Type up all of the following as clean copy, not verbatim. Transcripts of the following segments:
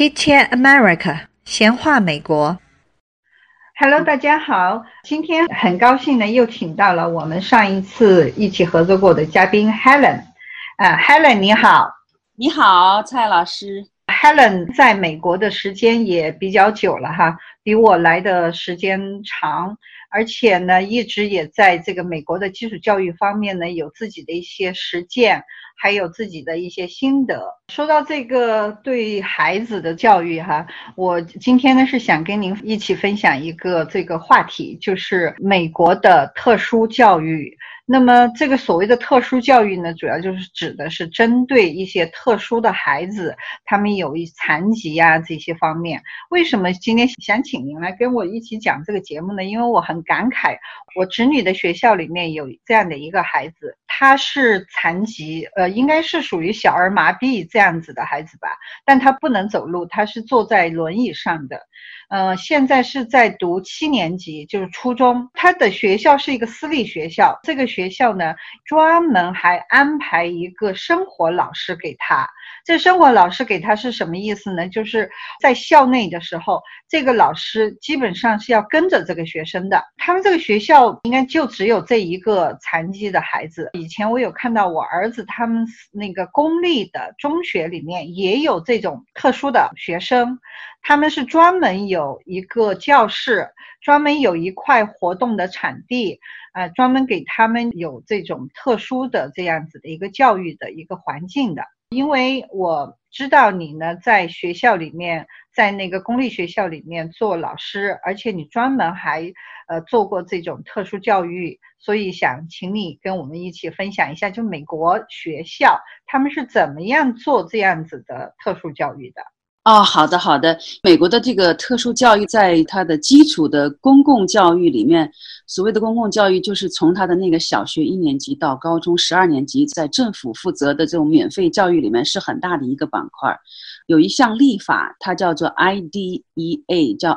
Chit Chat America 闲话美国。 Hello， 大家好，今天很高兴呢，又请到了我们上一次一起合作过的嘉宾 Helen。Helen 你好。 你好，蔡老师。 Helen 在美国的时间也比较久了哈，比我来的时间长，而且呢，一直也在这个美国的基础教育方面呢，有自己的一些实践，还有自己的一些心得。说到这个对孩子的教育哈，我今天呢是想跟您一起分享一个这个话题，就是美国的特殊教育。那么这个所谓的特殊教育呢，主要就是指的是针对一些特殊的孩子，他们有残疾啊这些方面。为什么今天想请您来跟我一起讲这个节目呢？因为我很感慨，我侄女的学校里面有这样的一个孩子，他是残疾，应该是属于小儿麻痹这样子的孩子吧，但他不能走路，他是坐在轮椅上的。现在是在读7年级，就是初中。他的学校是一个私立学校，这个学校呢，专门还安排一个生活老师给他。这生活老师给他是什么意思呢？就是在校内的时候，这个老师基本上是要跟着这个学生的。他们这个学校应该就只有这一个残疾的孩子。以前我有看到我儿子他们那个公立的中学里面也有这种特殊的学生，他们是专门有一个教室，专门有一块活动的场地，专门给他们有这种特殊的这样子的一个教育的一个环境的。因为我知道你呢在学校里面，在那个公立学校里面做老师，而且你专门还做过这种特殊教育，所以想请你跟我们一起分享一下，就美国学校他们是怎么样做这样子的特殊教育的。 好的。美国的这个特殊教育在它的基础的公共教育里面，所谓的公共教育就是从它的那个小学1年级到高中12年级，在政府负责的这种免费教育里面是很大的一个板块。有一项立法，它叫做 IDEA， 叫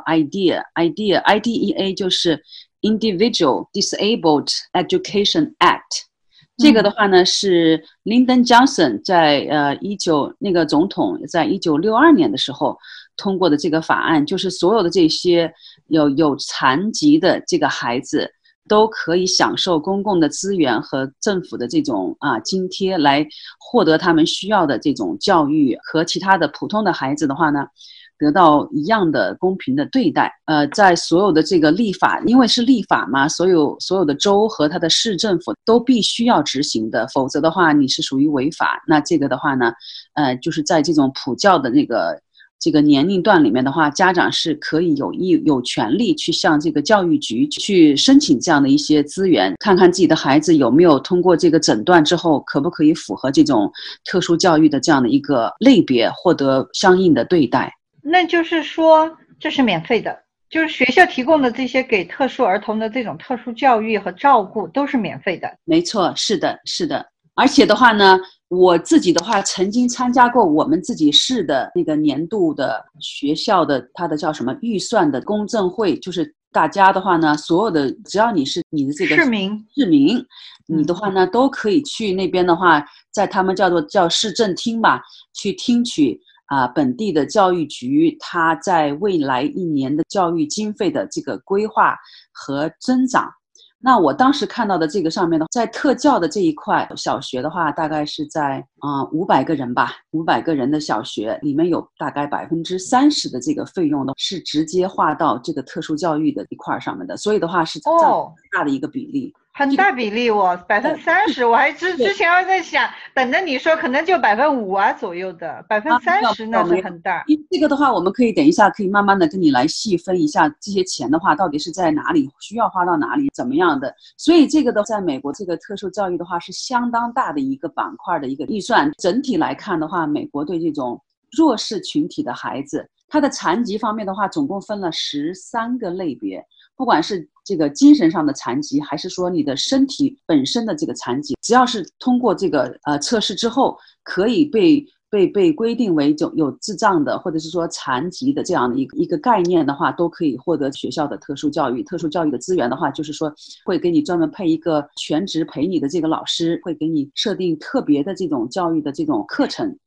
IDEA 就是 Individual Disabled Education Act。这个的话呢，是 Lyndon Johnson 在那个总统在1962年的时候通过的这个法案，就是所有的这些有残疾的这个孩子都可以享受公共的资源和政府的这种津贴，来获得他们需要的这种教育，和其他的普通的孩子的话呢，得到一样的公平的对待。在所有的这个立法，因为是立法嘛，所有的州和它的市政府都必须要执行的，否则的话你是属于违法。那这个的话呢，就是在这种普教的这个年龄段里面的话，家长是可以有权利去向这个教育局去申请这样的一些资源，看看自己的孩子有没有通过这个诊断之后，可不可以符合这种特殊教育的这样的一个类别，获得相应的对待。 那就是说这是免费的，就是学校提供的这些给特殊儿童的这种特殊教育和照顾都是免费的。 没错，是的。而且的话呢，我自己的话曾经参加过我们自己市的那个年度的学校的它的叫什么预算的公证会，就是大家的话呢，所有的只要你是你的这个市民， 你的话呢都可以去那边的话，在他们叫市政厅吧，去听取本地的教育局它在未来1年的教育经费的这个规划和增长。那我当时看到的这个上面的，在特教的这一块，小学的话大概是在500个人吧，500个人的小学里面有大概30%的这个费用呢是直接划到这个特殊教育的一块上面的，所以的话是这样大的一个比例。 很大比例30%，我还之前还在想，等着你说可能就5%左右的，30%那是很大。 这个的话，我们可以等一下可以慢慢的跟你来细分一下这些钱的话，到底是在哪里需要花到哪里，怎么样的。所以这个的在美国这个特殊教育的话是相当大的一个板块的一个预算。整体来看的话，美国对这种弱势群体的孩子，他的残疾方面的话，总共分了13个类别。不管是这个精神上的残疾，还是说你的身体本身的这个残疾，只要是通过这个测试之后，可以被规定为有智障的，或者是说残疾的这样的一个概念的话，都可以获得学校的特殊教育。特殊教育的资源的话，就是说会给你专门配一个全职陪你的这个老师，会给你设定特别的这种教育的这种课程。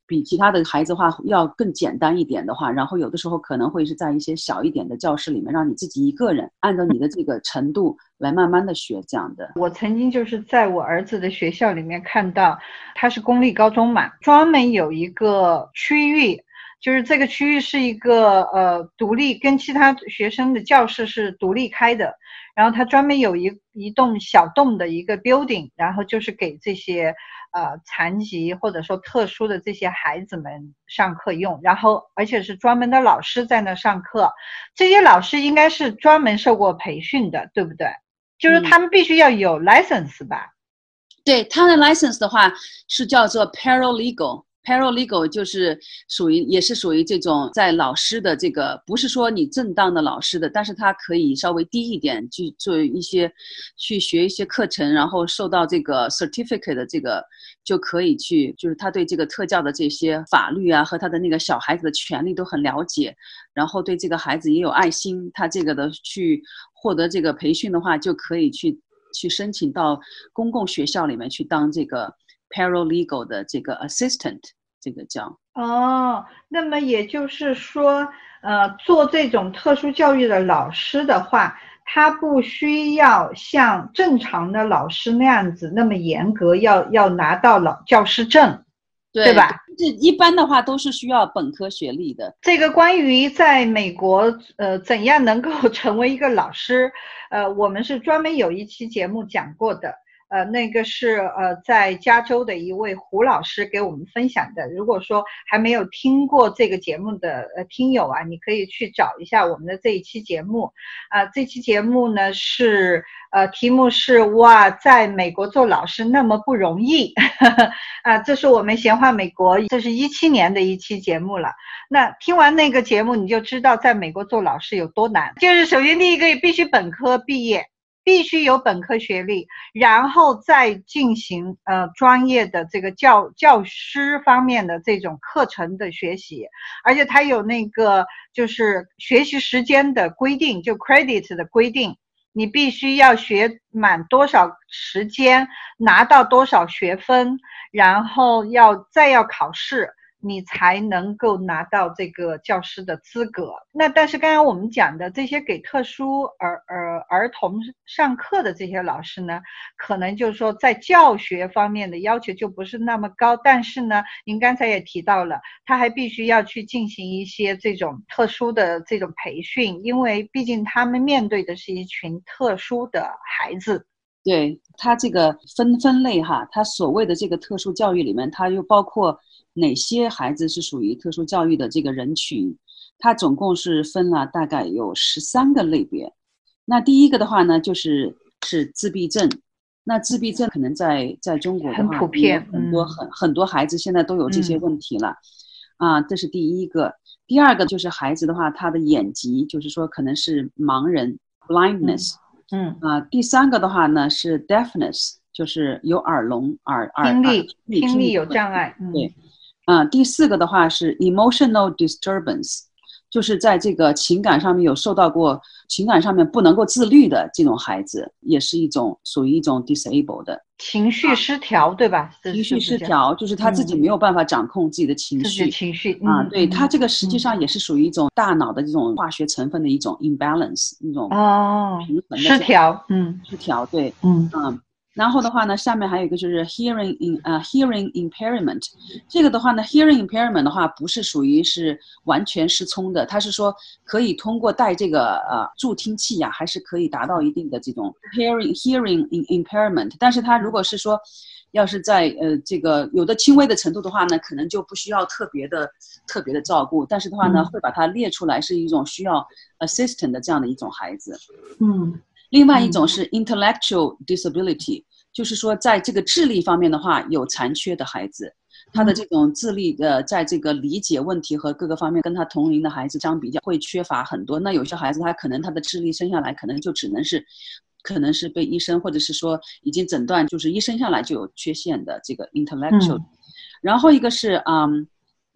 比其他的孩子的话要更简单一点的话，然后有的时候可能会是在一些小一点的教室里面，让你自己一个人按照你的这个程度来慢慢的学这样的。 我曾经就是在我儿子的学校里面看到，他是公立高中嘛，专门有一个区域，就是这个区域是一个独立，跟其他学生的教室是独立开的，然后他专门有一栋小栋的一个 building， 然后就是给这些残疾或者说特殊的这些孩子们上课用，然后而且是专门的老师在那上课，这些老师应该是专门受过培训的，对不对？就是他们必须要有 license 吧？ 对，他的 license 的话是叫做 paralegal。paralegal 就是也是属于这种在老师的这个，不是说你正当的老师的，但是他可以稍微低一点去做一些，去学一些课程，然后受到这个 certificate 的这个，就可以去，就是他对这个特教的这些法律啊和他的那个小孩子的权利都很了解，然后对这个孩子也有爱心，他这个的去获得这个培训的话，就可以去申请到公共学校里面去当这个 paralegal 的这个 assistant。这个叫那么也就是说，做这种特殊教育的老师的话，他不需要像正常的老师那样子那么严格，要拿到教师证，对吧？ 这一般的话都是需要本科学历的。 这个关于在美国怎样能够成为一个老师，我们是专门有一期节目讲过的。那个是在加州的一位胡老师给我们分享的。如果说还没有听过这个节目的听友啊，你可以去找一下我们的这一期节目。这期节目呢是题目是哇，在美国做老师那么不容易这是我们闲话美国，这是17年的一期节目了。那听完那个节目你就知道在美国做老师有多难。就是首先第一个必须本科毕业，必须有本科学历，然后再进行专业的这个教师方面的这种课程的学习，而且它有那个就是学习时间的规定，就 credit 的规定，你必须要学满多少时间，拿到多少学分，然后再要考试，你才能够拿到这个教师的资格。那但是刚刚我们讲的这些给特殊儿童上课的这些老师呢，可能就是说在教学方面的要求就不是那么高，但是呢您刚才也提到了，他还必须要去进行一些这种特殊的这种培训，因为毕竟他们面对的是一群特殊的孩子。 对，他这个分类哈，他所谓的这个特殊教育里面，他又包括哪些孩子是属于特殊教育的这个人群，他总共是分了大概有13个类别。那第一个的话呢，是自闭症。那自闭症可能在中国的话很普遍， 很多孩子现在都有这些问题了。这是第一个。第二个就是孩子的话，他的眼疾，就是说可能是盲人 blindness。第三个的话呢是 deafness， 就是有耳聋听力有障碍。 对。第四个的话是 emotional disturbance， 就是在这个情感上面有受到过情感上面不能够自律的这种孩子，也是属于一种 disabled 的情绪失调，对吧？ 情绪失调就是他自己没有办法掌控自己的情绪。对，他这个实际上也是属于一种大脑的这种化学成分的一种 imbalance， 一种平衡的失调。 失调，对。然后的话呢，下面还有一个就是 hearing impairment。这个的话呢 hearing impairment 的话不是属于是完全失聪的，它是说可以通过戴这个助听器还是可以达到一定的这种 hearing impairment。但是它如果是说要是在这个有的轻微的程度的话呢，可能就不需要特别的照顾，但是的话呢会把它列出来是一种需要 assistant 的这样的一种孩子。另外一种是 intellectual disability，就是说在这个智力方面的话有残缺的孩子，他的这种智力在这个理解问题和各个方面跟他同龄的孩子相比较会缺乏很多。那有些孩子他可能他的智力生下来可能就可能是被医生或者是说已经诊断就是一生下来就有缺陷的这个 intellectual。然后一个是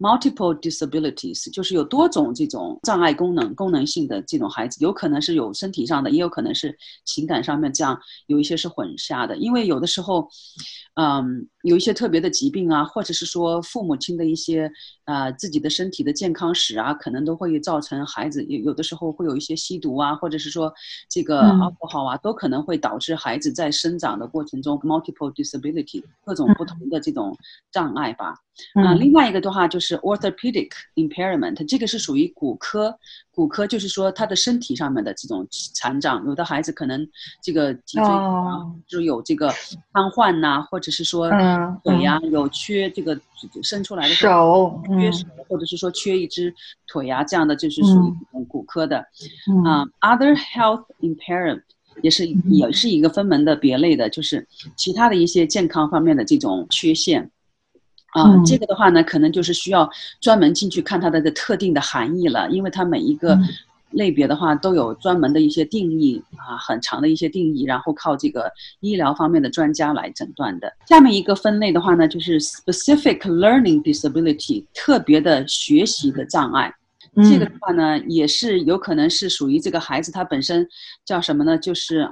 multiple disabilities， 就是有多种这种障碍功能性的这种孩子，有可能是有身体上的，也有可能是情感上面，这样有一些是混淆的。因为有的时候有一些特别的疾病啊，或者是说父母亲的一些自己的身体的健康史啊，可能都会造成孩子有的时候会有一些吸毒啊，或者是说这个 alcohol 啊，都可能会导致孩子在生长的过程中 multiple disability 各种不同的这种障碍吧。另外一个的话就是 orthopedic impairment， 这个是属于骨科就是说他的身体上面的这种残障，有的孩子可能这个脊椎就有这个瘫痪呐，或者是说腿呀有缺这个生出来的手缺手，或者是说缺一只腿呀，这样的就是属于骨科的。Other health impairment也是一个分门的别类的，就是其他的一些健康方面的这种缺陷。这个的话呢，可能就是需要专门进去看它的特定的含义了，因为它每一个类别的话都有专门的一些定义很长的一些定义，然后靠这个医疗方面的专家来诊断的。下面一个分类的话呢，就是 specific learning disability， 特别的学习的障碍。这个的话呢，也是有可能是属于这个孩子他本身叫什么呢？就是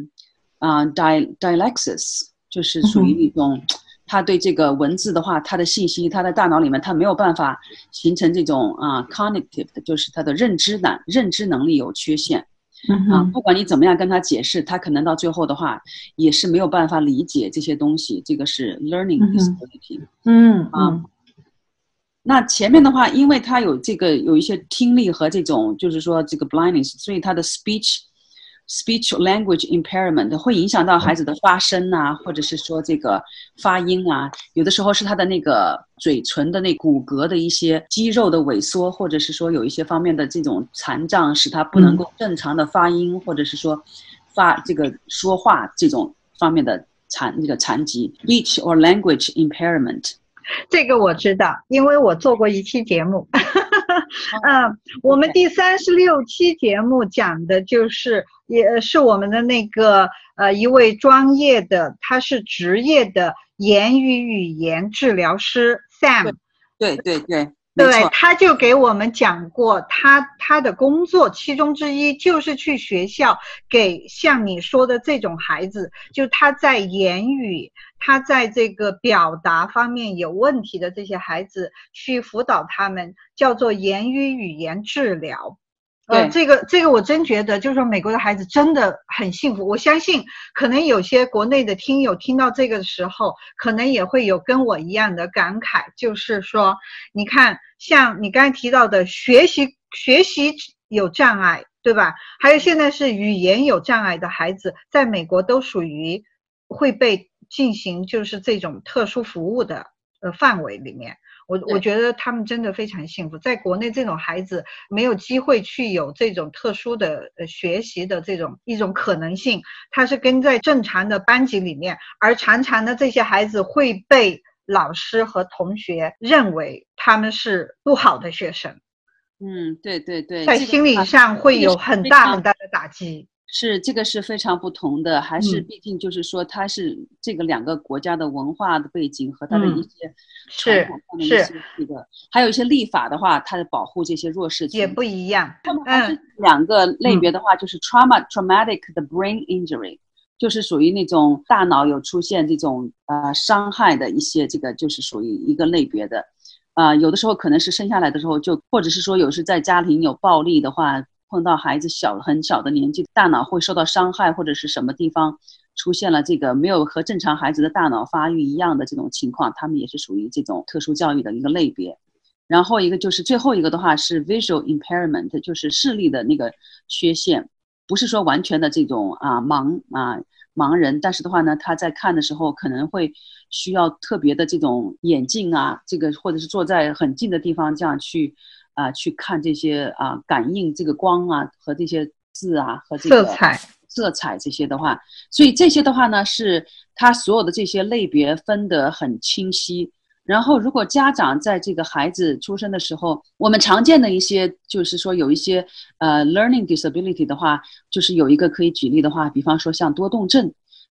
dyslexis， 就是属于一种。他对这个文字的话，他的信息，他的大脑里面他没有办法形成这种cognitive 的，就是他的认知能力有缺陷。不管你怎么样跟他解释，他可能到最后的话也是没有办法理解这些东西，这个是 learning disability。那前面的话，因为他有一些听力和这种就是说这个 blindness， 所以他的 speech language impairment 会影响到孩子的发声啊，或者是说这个发音啊，有的时候是他的那个嘴唇的那骨骼的一些肌肉的萎缩，或者是说有一些方面的这种残障，使他不能够正常的发音，或者是说这个说话这种方面的残疾 speech or language impairment。 这个我知道，因为我做过一期节目。我们第36期节目讲的就是也是我们的那个一位专业的，他是职业的言语语言治疗师 Sam。 对，他就给我们讲过他的工作其中之一就是去学校给像你说的这种孩子，就他在言语他在这个表达方面有问题的这些孩子去辅导他们，叫做言语语言治疗。这个我真觉得就是说美国的孩子真的很幸福。我相信可能有些国内的听友听到这个的时候可能也会有跟我一样的感慨，就是说你看像你刚才提到的学习有障碍，对吧？还有现在是语言有障碍的孩子在美国都属于会被进行就是这种特殊服务的范围里面。我觉得他们真的非常幸福，在国内这种孩子没有机会去有这种特殊的学习的一种可能性，他是跟在正常的班级里面，而常常的这些孩子会被老师和同学认为他们是不好的学生。 对， 在心理上会有很大的打击。 是，这个是非常不同的，还是毕竟就是说它是这个两个国家的文化的背景和它的一些传统上的一些这个，还有一些立法的话，它的保护这些弱势群也不一样。 他们还是两个类别的话，就是 traumatic 的 brain injury， 就是属于那种大脑有出现这种伤害的一些，这个就是属于一个类别的。有的时候可能是生下来的时候就，或者是说有时在家庭有暴力的话，碰到孩子很小的年纪，大脑会受到伤害，或者是什么地方出现了这个没有和正常孩子的大脑发育一样的这种情况，他们也是属于这种特殊教育的一个类别。然后一个就是最后一个的话是 visual impairment， 就是视力的那个缺陷，不是说完全的这种盲人，但是的话呢，他在看的时候可能会需要特别的这种眼镜这个或者是坐在很近的地方这样去看这些感应这个光和这些字和这个色彩这些的话，所以这些的话呢是他所有的这些类别分得很清晰。然后如果家长在这个孩子出生的时候，我们常见的一些就是说有一些learning disability 的话，就是有一个可以举例的话，比方说像多动症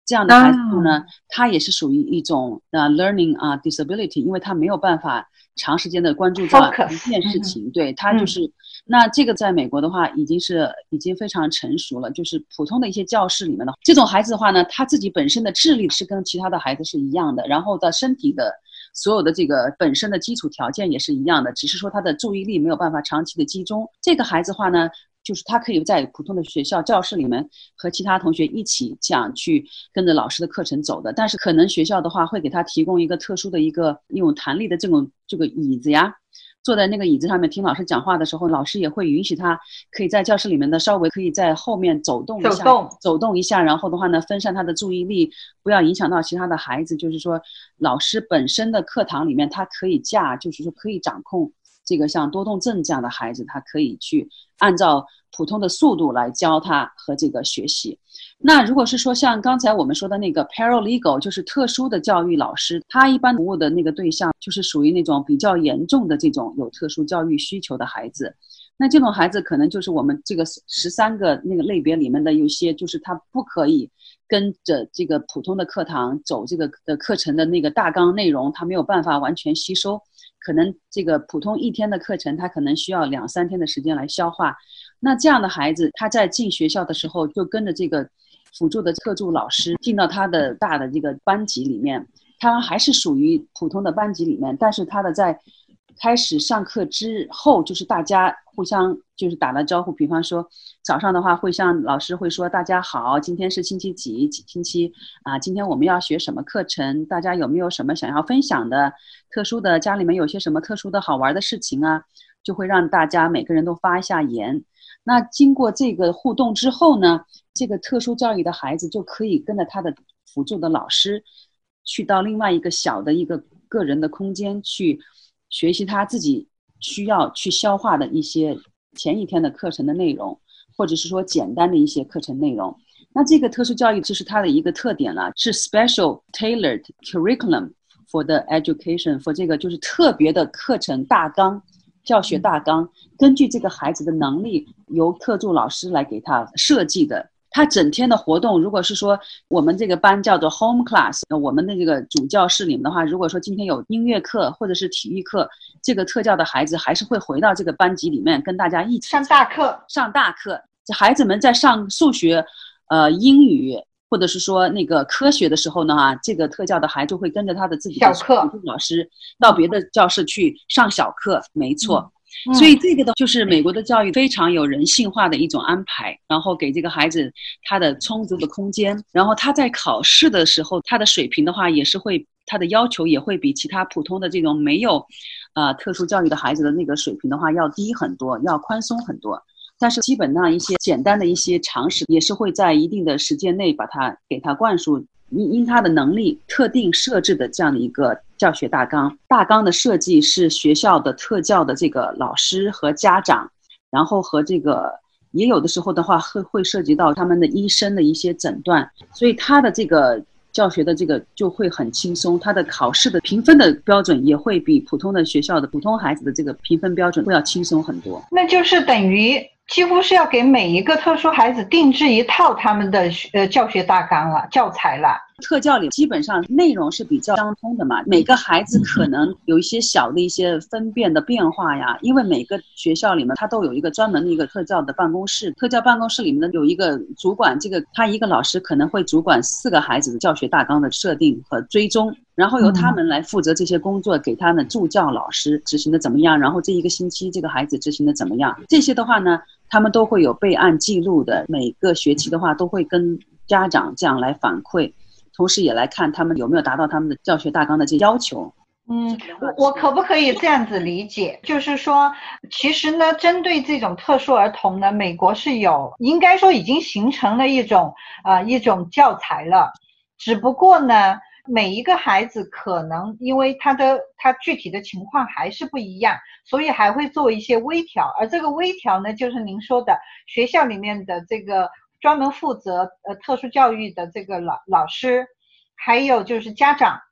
这样的孩子呢，他也是属于一种learning disability， 因为他没有办法长时间的关注在一件事情，对，他就是那这个在美国的话已经非常成熟了，就是普通的一些教室里面的这种孩子的话呢，他自己本身的智力是跟其他的孩子是一样的，然后的身体的所有的这个本身的基础条件也是一样的，只是说他的注意力没有办法长期的集中。这个孩子的话呢，就是他可以在普通的学校教室里面和其他同学一起这样去跟着老师的课程走的，但是可能学校的话会给他提供一个特殊的一个用弹力的这个椅子呀，坐在那个椅子上面听老师讲话的时候，老师也会允许他可以在教室里面的稍微可以在后面走动一下，然后的话呢分散他的注意力，不要影响到其他的孩子。就是说老师本身的课堂里面他可以就是说可以掌控这个像多动症这样的孩子，他可以去按照普通的速度来教他和这个学习。那如果是说像刚才我们说的那个 paralegal， 就是特殊的教育老师，他一般服务的那个对象就是属于那种比较严重的这种有特殊教育需求的孩子。那这种孩子可能就是我们这个13个那个类别里面的有些就是他不可以跟着这个普通的课堂走这个的课程的那个大纲内容，他没有办法完全吸收，可能这个普通1天的课程他可能需要2-3天的时间来消化。那这样的孩子他在进学校的时候就跟着这个辅助的特助老师进到他的大的这个班级里面，他还是属于普通的班级里面，但是他的在开始上课之后，就是大家互相就是打了招呼，比方说早上的话会向老师会说大家好，今天是星期几星期今天我们要学什么课程，大家有没有什么想要分享的特殊的，家里面有些什么特殊的好玩的事情啊，就会让大家每个人都发一下言。那经过这个互动之后呢，这个特殊教育的孩子就可以跟着他的辅助的老师去到另外一个小的一个个人的空间去学习他自己需要去消化的一些前一天的课程的内容，或者是说简单的一些课程内容。那这个特殊教育这是它的一个特点了，是 special tailored curriculum for the education for 这个就是特别的课程大纲教学大纲，根据这个孩子的能力由特助老师来给他设计的。他整天的活动，如果是说我们这个班叫做 home class， 我们的这个主教室里面的话，如果说今天有音乐课或者是体育课，这个特教的孩子还是会回到这个班级里面跟大家一起上大课。 孩子们在上数学英语或者是说那个科学的时候呢这个特教的孩子会跟着他的自己的老师到别的教室去上小课，没错。所以这个就是美国的教育非常有人性化的一种安排，然后给这个孩子他的充足的空间，然后他在考试的时候他的水平的话也是会，他的要求也会比其他普通的这种没有特殊教育的孩子的那个水平的话要低很多，要宽松很多。但是基本上一些简单的一些常识也是会在一定的时间内把它给他灌输，因他的能力特定设置的这样的一个教学大纲。大纲的设计是学校的特教的这个老师和家长，然后和这个也有的时候的话会涉及到他们的医生的一些诊断，所以他的这个教学的这个就会很轻松，他的考试的评分的标准也会比普通的学校的普通孩子的这个评分标准会要轻松很多。 那就是等于几乎是要给每一个特殊孩子定制一套他们的教学大纲了，教材了。 特教里基本上内容是比较相通的嘛，每个孩子可能有一些小的一些分辨的变化呀，因为每个学校里面它都有一个专门的一个特教的办公室，特教办公室里面有一个主管，这个他一个老师可能会主管4个孩子的教学大纲的设定和追踪，然后由他们来负责这些工作，给他们助教老师执行的怎么样，然后这一个星期这个孩子执行的怎么样，这些的话呢他们都会有备案记录的，每个学期的话都会跟家长这样来反馈，同时也来看他们有没有达到他们的教学大纲的这些要求。 我可不可以这样子理解，就是说其实呢针对这种特殊儿童呢，美国是有应该说已经形成了一种教材了，只不过呢每一个孩子可能因为他具体的情况还是不一样，所以还会做一些微调，而这个微调呢就是您说的学校里面的这个专门负责特殊教育的这个老师，还有就是家长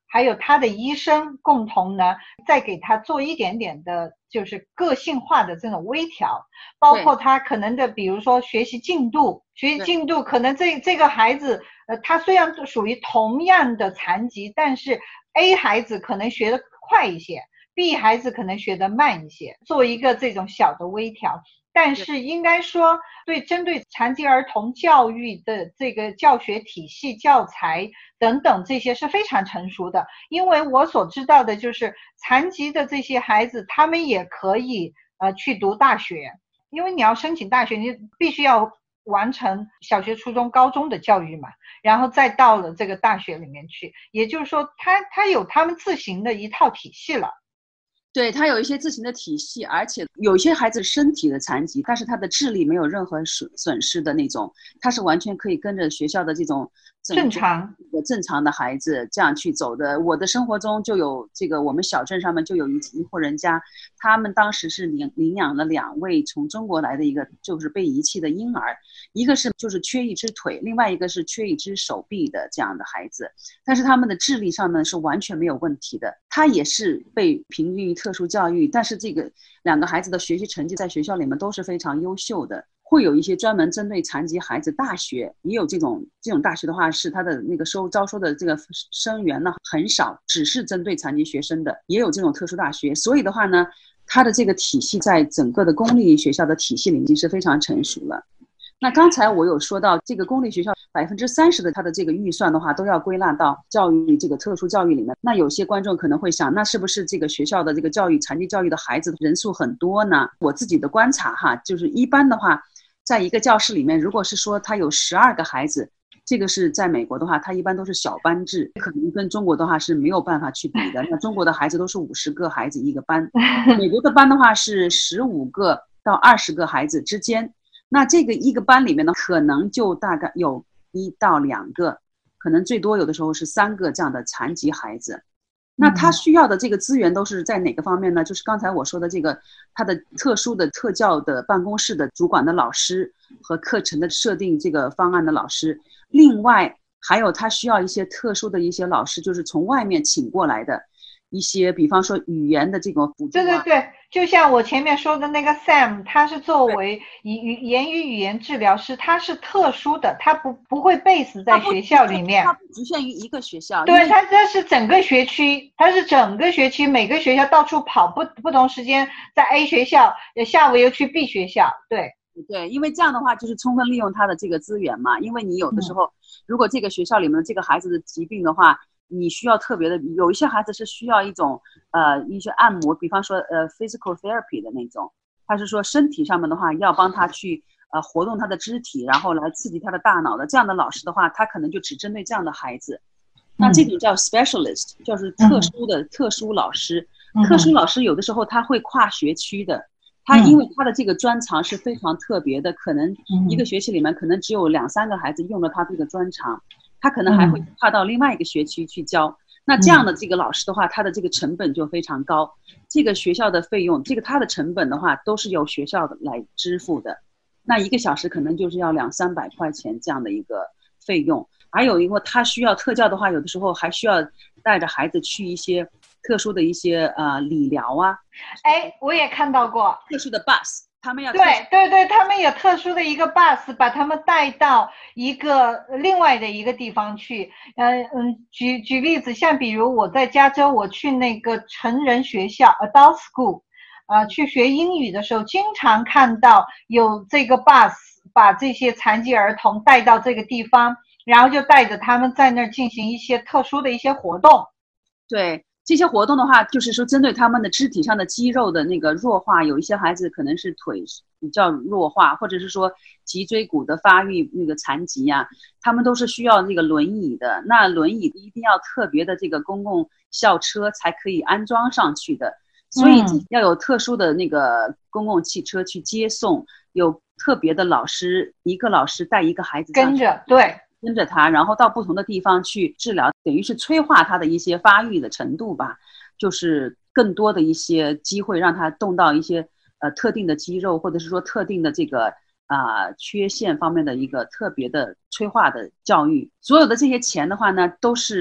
还有他的医生共同呢，再给他做一点点的就是个性化的这种微调，包括他可能的比如说学习进度可能这个孩子他虽然属于同样的残疾，但是 A 孩子可能学得快一些， B 孩子可能学得慢一些，做一个这种小的微调。但是应该说针对残疾儿童教育的这个教学体系、教材等等这些是非常成熟的。因为我所知道的就是残疾的这些孩子他们也可以去读大学，因为你要申请大学你必须要完成小学、初中、高中的教育嘛，然后再到了这个大学里面去，也就是说他有他们自行的一套体系了。 对，他有一些自行的体系，而且有一些孩子身体的残疾，但是他的智力没有任何损失的那种，他是完全可以跟着学校的这种正常的孩子这样去走的。我的生活中就有这个，我们小镇上面就有一户人家，他们当时是领养了2位从中国来的一个就是被遗弃的婴儿，一个是就是缺一只腿，另外一个是缺一只手臂的这样的孩子，但是他们的智力上呢是完全没有问题的。他也是被评定于特殊教育，但是这个2个孩子的学习成绩在学校里面都是非常优秀的。会有一些专门针对残疾孩子大学，也有这种大学的话是他的那个招收的这个生源呢很少，只是针对残疾学生的，也有这种特殊大学。所以的话呢，他的这个体系在整个的公立学校的体系里已经是非常成熟了。那刚才我有说到这个公立学校30%的它的这个预算的话都要归纳到教育这个特殊教育里面，那有些观众可能会想，那是不是这个学校的这个残疾教育的孩子人数很多呢？我自己的观察哈，就是一般的话在一个教室里面，如果是说他有12个孩子，这个是在美国的话他一般都是小班制，可能跟中国的话是没有办法去比的。那中国的孩子都是50个孩子一个班，美国的班的话是15个到20个孩子之间，那这个一个班里面呢可能就大概有1到2个，可能最多有的时候是3个这样的残疾孩子。那他需要的这个资源都是在哪个方面呢？就是刚才我说的这个他的特殊的特教的办公室的主管的老师和课程的设定这个方案的老师，另外还有他需要一些特殊的一些老师，就是从外面请过来的一些，比方说语言的这种辅助啊。 对，就像我前面说的那个 Sam， 他是作为言语言治疗师，他是特殊的，他不会 base 在学校里面， 他不局限于一个学校。 对，他这是整个学区，每个学校到处跑，不同时间在 A 学校，下午又去 B 学校。 对，因为这样的话就是充分利用他的这个资源嘛。因为你有的时候如果这个学校里面这个孩子的疾病的话，你需要特别的，有一些孩子是需要一种一些按摩，比方说physical therapy 的那种，他是说身体上面的话要帮他去活动他的肢体，然后来刺激他的大脑的，这样的老师的话他可能就只针对这样的孩子。那这种叫 specialist， 就是特殊老师。特殊老师有的时候他会跨学区的，他因为他的这个专长是非常特别的，可能一个学期里面可能只有2-3个孩子用了他这个专长，他可能还会跨到另外一个学区去教。那这样的这个老师的话，他的这个成本就非常高，这个学校的费用，这个他的成本的话都是由学校的来支付的，那1个小时可能就是要200-300块钱这样的一个费用。还有一个他需要特教的话，有的时候还需要带着孩子去一些特殊的一些理疗啊。 我也看到过特殊的 bus， 他们要对，他们有特殊的一个 bus 把他们带到另外的一个地方去。举例子，像比如我在加州，我去那个成人学校 adult school，去学英语的时候，经常看到有这个 bus 把这些残疾儿童带到这个地方，然后就带着他们在那儿进行一些特殊的一些活动。 对，这些活动的话就是说针对他们的肢体上的肌肉的那个弱化，有一些孩子可能是腿比较弱化，或者是说脊椎骨的发育那个残疾啊，他们都是需要那个轮椅的。那轮椅一定要特别的这个公共校车才可以安装上去的，所以要有特殊的那个公共汽车去接送，有特别的老师，一个老师带一个孩子跟着他，然后到不同的地方去治疗，等于是催化他的一些发育的程度吧，就是更多的一些机会让他动到一些特定的肌肉，或者是说特定的这个缺陷方面的一个特别的催化的教育。所有的这些钱的话呢，都是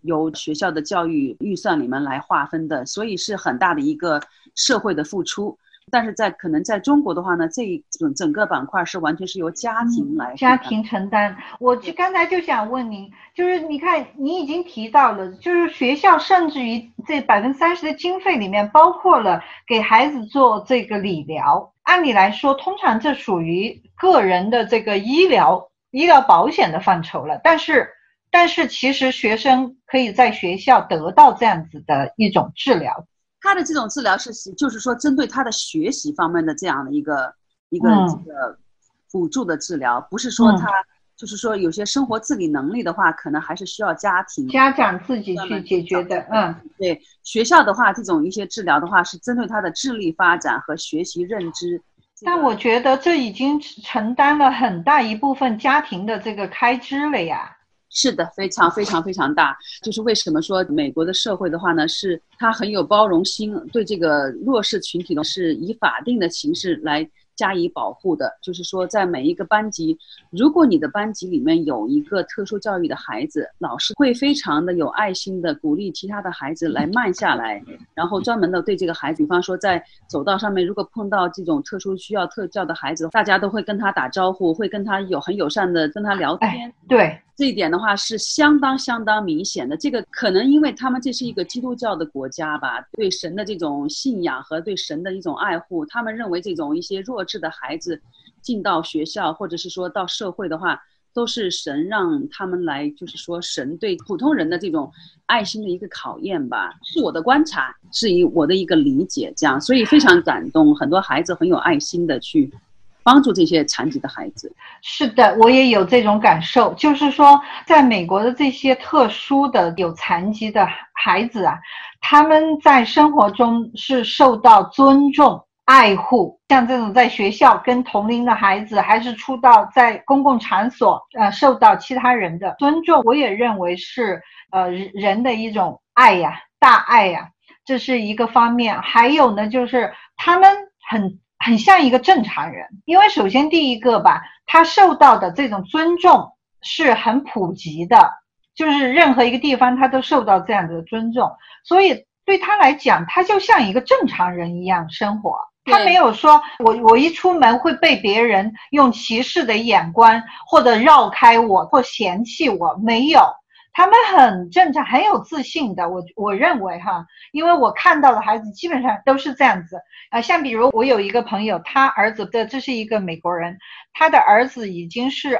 由学校的教育预算里面来划分的，所以是很大的一个社会的付出。但是可能在中国的话呢，这整个板块是完全是由家庭来家庭承担。我刚才就想问您，就是你看你已经提到了，就是学校甚至于这30%的经费里面包括了给孩子做这个理疗。按理来说，通常这属于个人的这个医疗保险的范畴了，但是其实学生可以在学校得到这样子的一种治疗。 他的这种治疗就是说针对他的学习方面的这样的一个这个辅助的治疗，不是说他就是说有些生活自理能力的话，可能还是需要家长自己去解决的。 对，学校的话，这种一些治疗的话是针对他的智力发展和学习认知。 但我觉得这已经承担了很大一部分家庭的这个开支了呀。 是的，非常非常非常大。就是为什么说美国的社会的话呢，是它很有包容心，对这个弱势群体呢是以法定的形式来加以保护的。就是说在每一个班级，如果你的班级里面有一个特殊教育的孩子，老师会非常的有爱心的鼓励其他的孩子来慢下来，然后专门的对这个孩子，比方说在走道上面如果碰到这种特殊需要特教的孩子，大家都会跟他打招呼，会跟他很友善的跟他聊天。 对， 这一点的话是相当明显的。这个可能因为他们这是一个基督教的国家吧，对神的这种信仰和对神的一种爱护，他们认为这种一些弱智的孩子进到学校或者是说到社会的话，都是神让他们来，就是说神对普通人的这种爱心的一个考验吧，是我的观察，是以我的一个理解这样，所以非常感动，很多孩子很有爱心的去帮助这些残疾的孩子。 是的，我也有这种感受，就是说在美国的这些特殊的有残疾的孩子啊，他们在生活中是受到尊重爱护，像这种在学校跟同龄的孩子，还是出到在公共场所受到其他人的尊重，我也认为是人的一种爱呀，大爱呀，这是一个方面。还有呢，就是他们很像一个正常人，因为首先第一个吧，他受到的这种尊重是很普及的，就是任何一个地方他都受到这样的尊重，所以对他来讲，他就像一个正常人一样生活。他没有说我一出门会被别人用歧视的眼光或者绕开我或嫌弃我，没有，他们很正常很有自信的。我认为因为我看到的孩子基本上都是这样子。像比如我有一个朋友，他儿子的，这是一个美国人，他的儿子已经是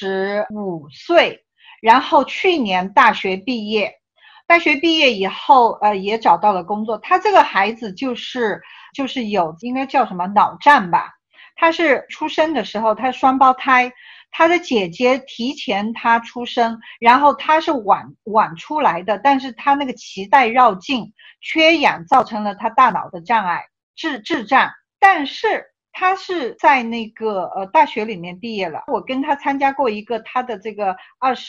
25岁，然后去年大学毕业以后也找到了工作。他这个孩子就是有应该叫什么脑障吧，他是出生的时候他双胞胎，他的姐姐提前他出生，然后他是晚出来的，但是他那个脐带绕颈缺氧造成了他大脑的障碍智障，但是他是在那个大学里面毕业了。我跟他参加过一个他的这个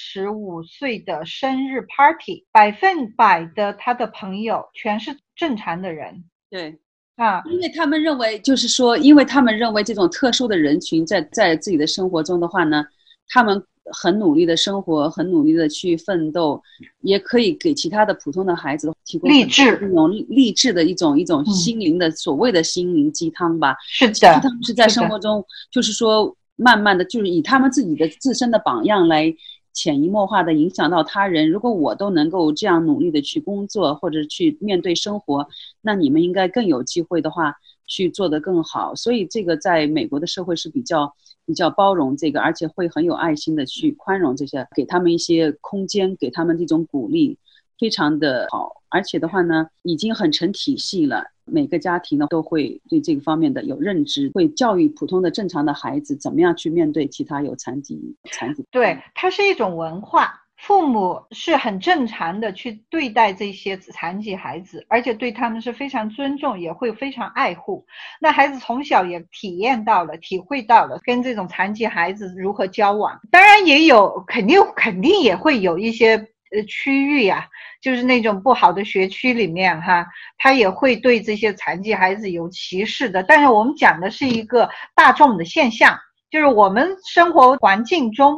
25岁的生日 party， 100%的他的朋友全是正常的人。 对因为他们认为这种特殊的人群在自己的生活中的话呢，他们很努力的生活，很努力的去奋斗，也可以给其他的普通的孩子提供励志的一种心灵的所谓的心灵鸡汤吧。 是的， 他们是在生活中就是说慢慢的就是以他们自身的榜样来潜移默化的影响到他人。如果我都能够这样努力的去工作或者去面对生活，那你们应该更有机会的话去做得更好。所以这个在美国的社会是比较包容这个，而且会很有爱心的去宽容这些，给他们一些空间，给他们这种鼓励，非常的好。而且的话呢，已经很成体系了，每个家庭呢都会对这个方面的有认知，会教育普通的正常的孩子怎么样去面对其他有残疾。 对，它是一种文化，父母是很正常的去对待这些残疾孩子，而且对他们是非常尊重，也会非常爱护。那孩子从小也体会到了跟这种残疾孩子如何交往。当然也有肯定也会有一些区域呀，就是那种不好的学区里面他也会对这些残疾孩子有歧视的。但是我们讲的是一个大众的现象，就是我们生活环境中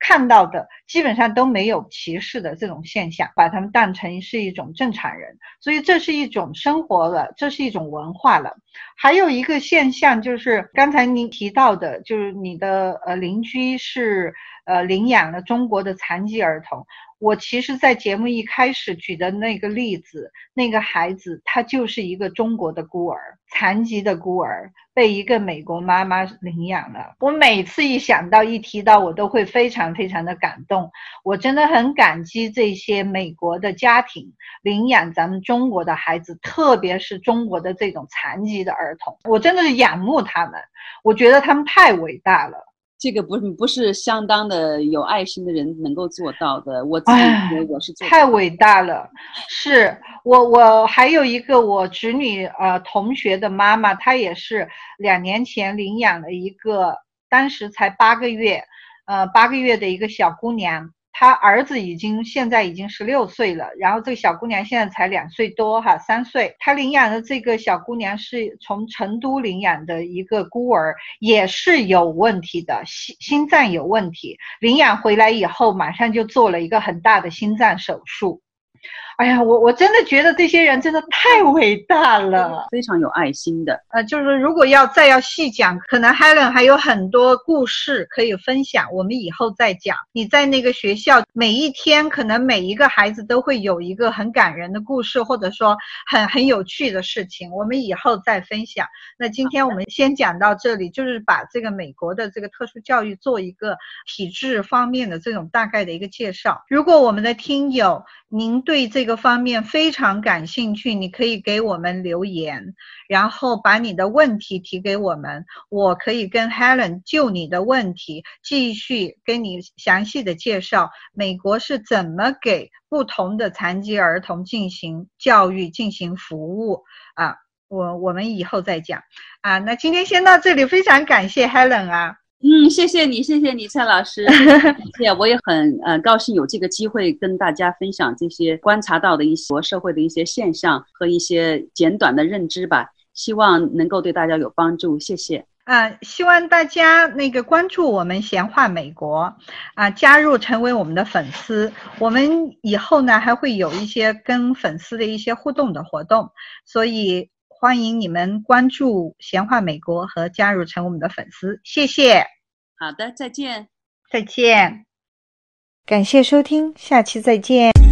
看到的基本上都没有歧视的这种现象，把他们当成是一种正常人，所以这是一种生活了，这是一种文化了。还有一个现象就是刚才您提到的，就是你的邻居是领养了中国的残疾儿童。我其实在节目一开始举的那个例子，那个孩子他就是一个中国的孤儿，残疾的孤儿，被一个美国妈妈领养了。我每次一提到我都会非常非常的感动，我真的很感激这些美国的家庭领养咱们中国的孩子，特别是中国的这种残疾的儿童，我真的是仰慕他们，我觉得他们太伟大了。 这个不是相当的有爱心的人能够做到的，我自己觉得我是做太伟大了。是我还有一个我侄女同学的妈妈，她也是2年前领养了一个当时才8个月的一个小姑娘，她儿子现在已经16岁了，然后这个小姑娘现在才2岁多3岁。她领养的这个小姑娘是从成都领养的一个孤儿，也是有问题的，心脏有问题，领养回来以后马上就做了一个很大的心脏手术。哎呀，我真的觉得这些人真的太伟大了， 非常有爱心的。 就是如果再要细讲，可能 Helen 还有很多故事可以分享，我们以后再讲。你在那个学校，每一天可能每一个孩子都会有一个很感人的故事，或者说很有趣的事情，我们以后再分享。那今天我们先讲到这里，就是把这个美国的这个特殊教育做一个体制方面的这种大概的一个介绍。如果我们的听友您对这个方面非常感兴趣，你可以给我们留言，然后把你的问题提给我们，我可以跟 Helen 就你的问题继续跟你详细的介绍美国是怎么给不同的残疾儿童进行教育进行服务我们以后再讲那今天先到这里，非常感谢 Helen 谢谢你蔡老师我也很高兴有这个机会跟大家分享这些观察到的一些社会的一些现象和一些简短的认知吧，希望能够对大家有帮助，谢谢。 希望大家关注我们闲话美国加入成为我们的粉丝，我们以后呢还会有一些跟粉丝的一些互动的活动，所以欢迎你们关注闲话美国和加入成为我们的粉丝，谢谢。 好的，再见。 再见。 感谢收听，下期再见。